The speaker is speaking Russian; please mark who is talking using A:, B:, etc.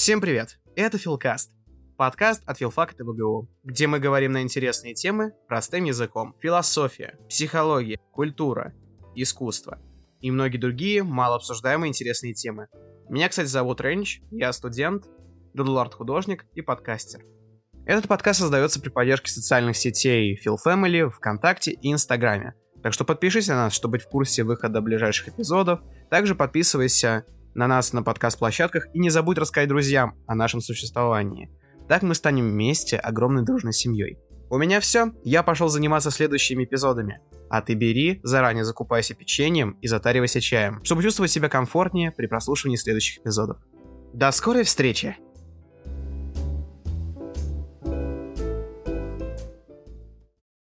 A: Всем привет! Это Филкаст. Подкаст от Филфак ТВГУ, где мы говорим на интересные темы простым языком. Философия, психология, культура, искусство и многие другие малообсуждаемые интересные темы. Меня, кстати, зовут Ренч, я студент, даблард-художник и подкастер. Этот подкаст создается при поддержке социальных сетей FilFamily, ВКонтакте и Инстаграме. Так что подпишись на нас, чтобы быть в курсе выхода ближайших эпизодов. Также подписывайся на нас на подкаст-площадках и не забудь рассказать друзьям о нашем существовании. Так мы станем вместе огромной дружной семьей. У меня все, я пошел заниматься следующими эпизодами. А ты бери, заранее закупайся печеньем и затаривайся чаем, чтобы чувствовать себя комфортнее при прослушивании следующих эпизодов. До скорой встречи!